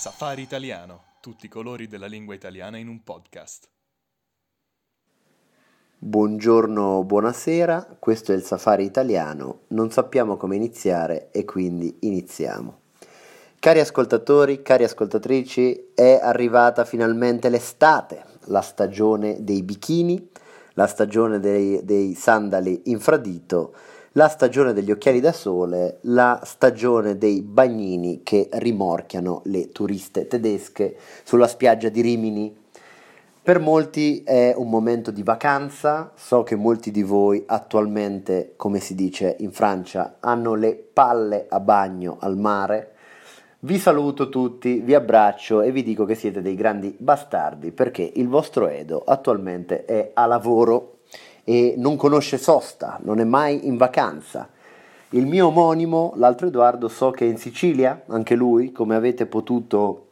Safari Italiano, tutti i colori della lingua italiana in un podcast. Buongiorno, buonasera, questo è il Safari Italiano, non sappiamo come iniziare e quindi iniziamo. Cari ascoltatori, cari ascoltatrici, è arrivata finalmente l'estate, la stagione dei bikini, la stagione dei sandali infradito, la stagione degli occhiali da sole, la stagione dei bagnini che rimorchiano le turiste tedesche sulla spiaggia di Rimini. Per molti è un momento di vacanza, so che molti di voi attualmente, come si dice in Francia, hanno le palle a bagno al mare. Vi saluto tutti, vi abbraccio e vi dico che siete dei grandi bastardi perché il vostro Edo attualmente è a lavoro e non conosce sosta, non è mai in vacanza. Il mio omonimo, l'altro Edoardo, so che è in Sicilia, anche lui, come avete potuto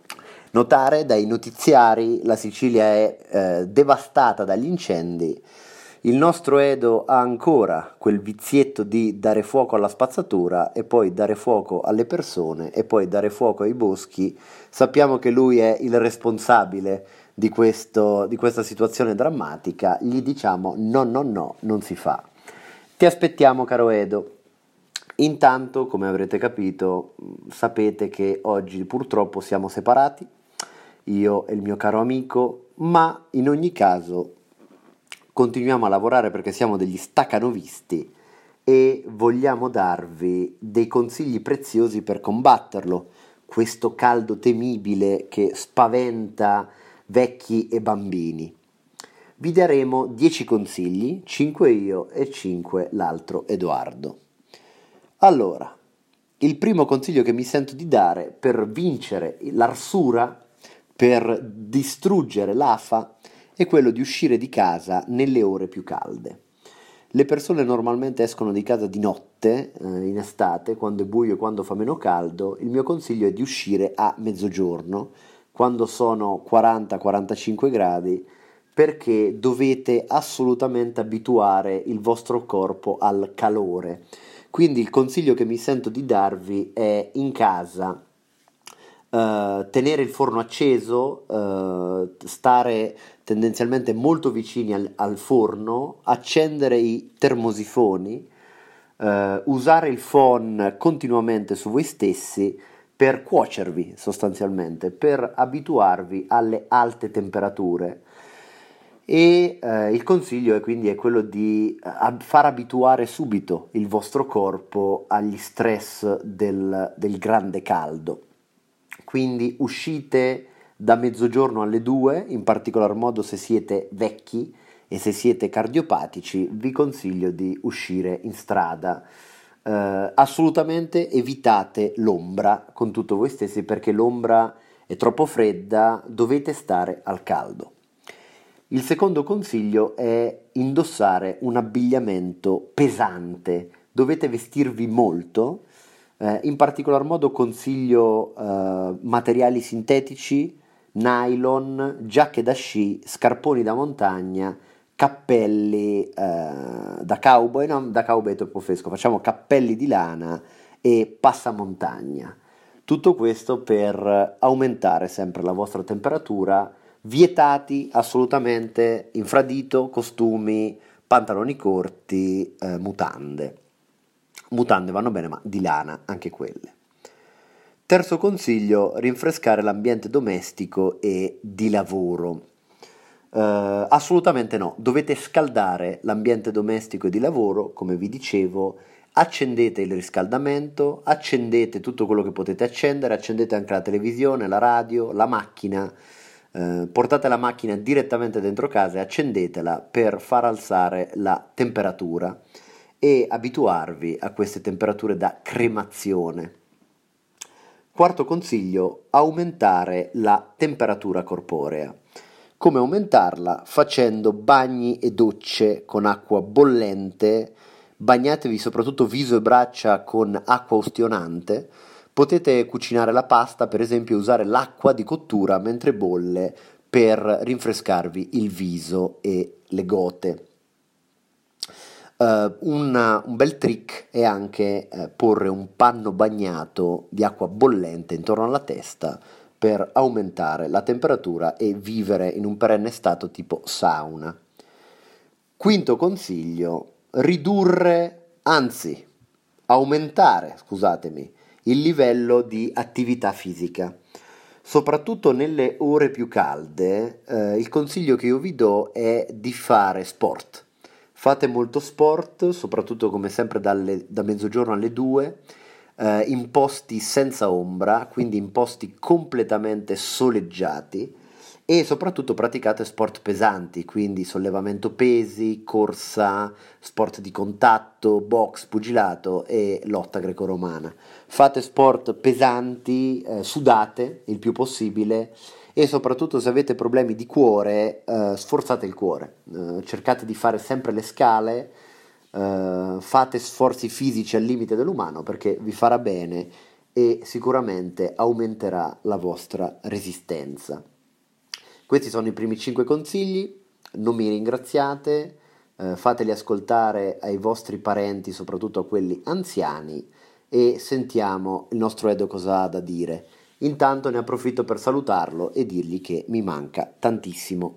notare dai notiziari, la Sicilia è devastata dagli incendi. Il nostro Edo ha ancora quel vizietto di dare fuoco alla spazzatura e poi dare fuoco alle persone e poi dare fuoco ai boschi. Sappiamo che lui è il responsabile di questa situazione drammatica. Gli diciamo no, non si fa. Ti aspettiamo, caro Edo. Intanto, come avrete capito, sapete che oggi purtroppo siamo separati, io e il mio caro amico, ma in ogni caso continuiamo a lavorare perché siamo degli stacanovisti e vogliamo darvi dei consigli preziosi per combatterlo, questo caldo temibile che spaventa vecchi e bambini. Vi daremo 10 consigli, 5 io e 5 l'altro Edoardo. Allora, il primo consiglio che mi sento di dare per vincere l'arsura, per distruggere l'afa, è quello di uscire di casa nelle ore più calde. Le persone normalmente escono di casa di notte, in estate, quando è buio e quando fa meno caldo. Il mio consiglio è di uscire a mezzogiorno, quando sono 40-45 gradi, perché dovete assolutamente abituare il vostro corpo al calore. Quindi il consiglio che mi sento di darvi è in casa tenere il forno acceso, stare tendenzialmente molto vicini al forno, accendere i termosifoni, usare il phon continuamente su voi stessi per cuocervi sostanzialmente, per abituarvi alle alte temperature. E il consiglio è quello di far abituare subito il vostro corpo agli stress del grande caldo. Quindi uscite da mezzogiorno alle 2, in particolar modo se siete vecchi e se siete cardiopatici, vi consiglio di uscire in strada. Assolutamente evitate l'ombra con tutto voi stessi perché l'ombra è troppo fredda, dovete stare al caldo. Il secondo consiglio è indossare un abbigliamento pesante, dovete vestirvi molto, in particolar modo consiglio materiali sintetici, nylon, giacche da sci, scarponi da montagna, cappelli da cowboy, no, da cowboy è troppo fresco, facciamo cappelli di lana e passamontagna. Tutto questo per aumentare sempre la vostra temperatura. Vietati assolutamente infradito, costumi, pantaloni corti, mutande. Mutande vanno bene, ma di lana anche quelle. Terzo consiglio, rinfrescare l'ambiente domestico e di lavoro. Assolutamente no, dovete scaldare l'ambiente domestico e di lavoro, come vi dicevo, accendete il riscaldamento, accendete tutto quello che potete accendere, accendete anche la televisione, la radio, la macchina, portate la macchina direttamente dentro casa e accendetela per far alzare la temperatura e abituarvi a queste temperature da cremazione. Quarto consiglio, aumentare la temperatura corporea. Come aumentarla? Facendo bagni e docce con acqua bollente, bagnatevi soprattutto viso e braccia con acqua ustionante. Potete cucinare la pasta, per esempio, e usare l'acqua di cottura mentre bolle per rinfrescarvi il viso e le gote. Un bel trick è anche porre un panno bagnato di acqua bollente intorno alla testa per aumentare la temperatura e vivere in un perenne stato tipo sauna. Quinto consiglio, aumentare, il livello di attività fisica. Soprattutto nelle ore più calde, il consiglio che io vi do è di fare sport. Fate molto sport, soprattutto come sempre da mezzogiorno alle 2, in posti senza ombra, quindi in posti completamente soleggiati, e soprattutto praticate sport pesanti, quindi sollevamento pesi, corsa, sport di contatto, box, pugilato e lotta greco-romana. Fate sport pesanti, sudate il più possibile, e soprattutto se avete problemi di cuore, sforzate il cuore, cercate di fare sempre le scale, fate sforzi fisici al limite dell'umano, perché vi farà bene e sicuramente aumenterà la vostra resistenza. Questi sono i primi 5 consigli, non mi ringraziate, fateli ascoltare ai vostri parenti, soprattutto a quelli anziani, e sentiamo il nostro Edo cosa ha da dire. Intanto ne approfitto per salutarlo e dirgli che mi manca tantissimo.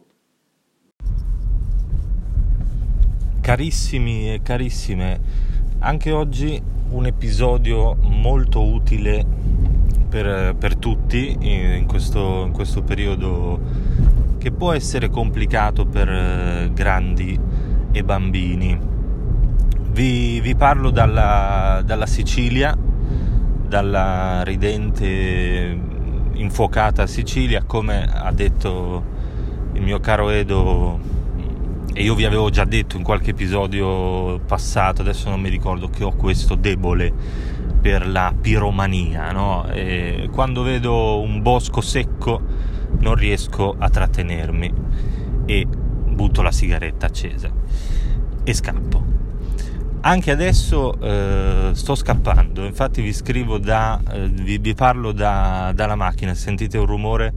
Carissimi e carissime, anche oggi un episodio molto utile per tutti in questo periodo che può essere complicato per grandi e bambini. Vi parlo dalla Sicilia, dalla ridente infuocata Sicilia, come ha detto il mio caro Edo, e io vi avevo già detto in qualche episodio passato, adesso non mi ricordo, che ho questo debole per la piromania, no? E quando vedo un bosco secco non riesco a trattenermi e butto la sigaretta accesa e scappo. Anche adesso sto scappando, infatti vi scrivo vi parlo dalla macchina. Sentite un rumore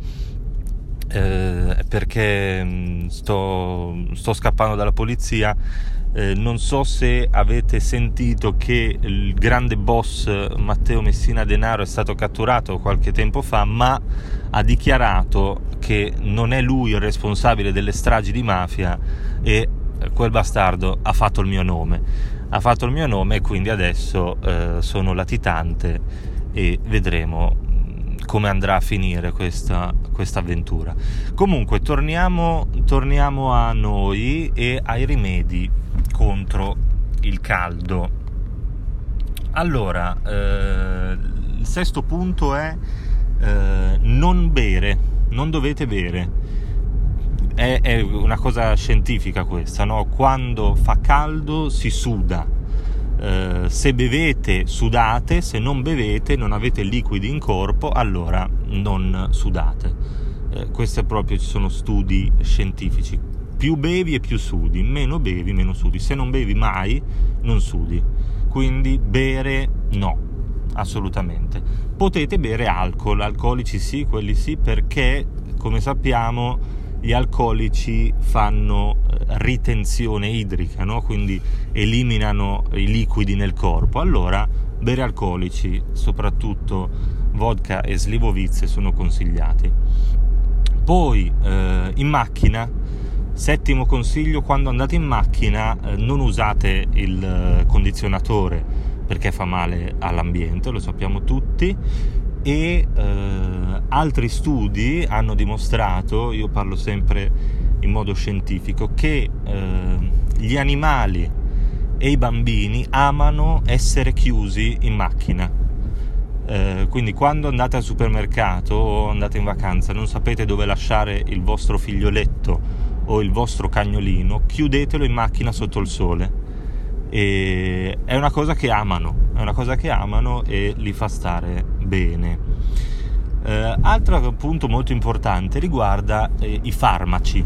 perché sto scappando dalla polizia. Non so se avete sentito che il grande boss Matteo Messina Denaro è stato catturato qualche tempo fa, ma ha dichiarato che non è lui il responsabile delle stragi di mafia, e quel bastardo ha fatto il mio nome e quindi adesso sono latitante e vedremo come andrà a finire questa avventura. Comunque torniamo a noi e ai rimedi contro il caldo. Allora, il sesto punto è non bere, non dovete bere. È una cosa scientifica questa, no? Quando fa caldo si suda. Se bevete sudate, se non bevete, non avete liquidi in corpo, allora non sudate. Questo è proprio, ci sono studi scientifici. Più bevi e più sudi, meno bevi meno sudi. Se non bevi mai non sudi, quindi bere no, assolutamente. Potete bere alcolici sì, quelli sì, perché come sappiamo gli alcolici fanno ritenzione idrica, no? Quindi eliminano i liquidi nel corpo. Allora bere alcolici, soprattutto vodka e slivovitze, sono consigliati. Poi in macchina, settimo consiglio: quando andate in macchina non usate il condizionatore, perché fa male all'ambiente, lo sappiamo tutti. E altri studi hanno dimostrato, io parlo sempre in modo scientifico, che gli animali e i bambini amano essere chiusi in macchina. Quindi quando andate al supermercato o andate in vacanza, non sapete dove lasciare il vostro figlioletto o il vostro cagnolino, chiudetelo in macchina sotto il sole. E è una cosa che amano e li fa stare bene. Altro punto molto importante riguarda i farmaci.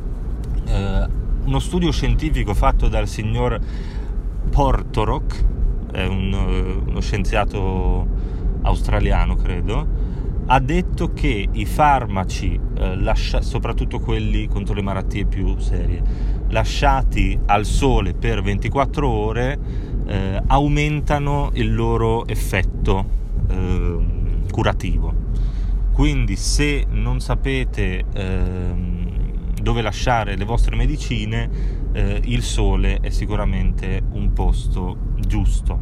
Uno studio scientifico fatto dal signor Portorok, è uno scienziato australiano credo, ha detto che i farmaci, soprattutto quelli contro le malattie più serie, lasciati al sole per 24 ore aumentano il loro effetto curativo. Quindi se non sapete dove lasciare le vostre medicine, il sole è sicuramente un posto giusto.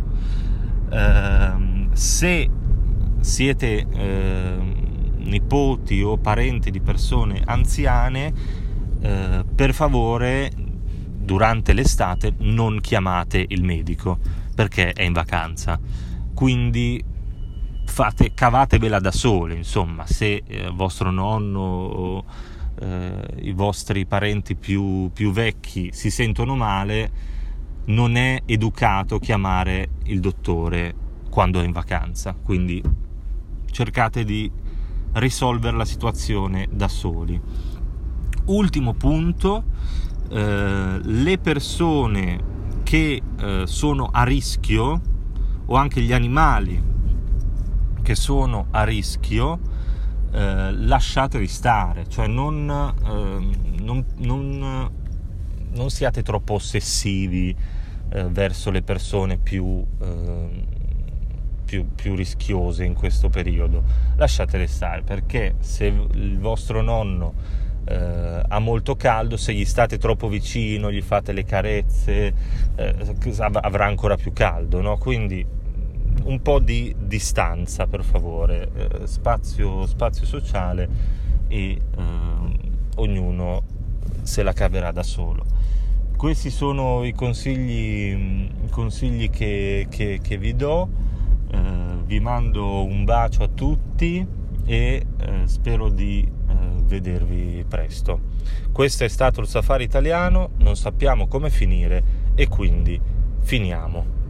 Se siete nipoti o parenti di persone anziane, per favore durante l'estate non chiamate il medico perché è in vacanza, quindi cavatevela da sole. Insomma, se vostro nonno o i vostri parenti più vecchi si sentono male, non è educato chiamare il dottore quando è in vacanza, quindi cercate di risolvere la situazione da soli. Ultimo punto, le persone che sono a rischio, o anche gli animali che sono a rischio, lasciateli stare, cioè non siate troppo ossessivi verso le persone più rischiose in questo periodo. Lasciatele stare, perché se il vostro nonno ha molto caldo, se gli state troppo vicino, gli fate le carezze, avrà ancora più caldo, no? Quindi un po' di distanza, per favore, spazio sociale, e ognuno se la caverà da solo. Questi sono i consigli che vi do. Vi mando un bacio a tutti e spero di vedervi presto. Questo è stato il Safari Italiano, non sappiamo come finire e quindi finiamo.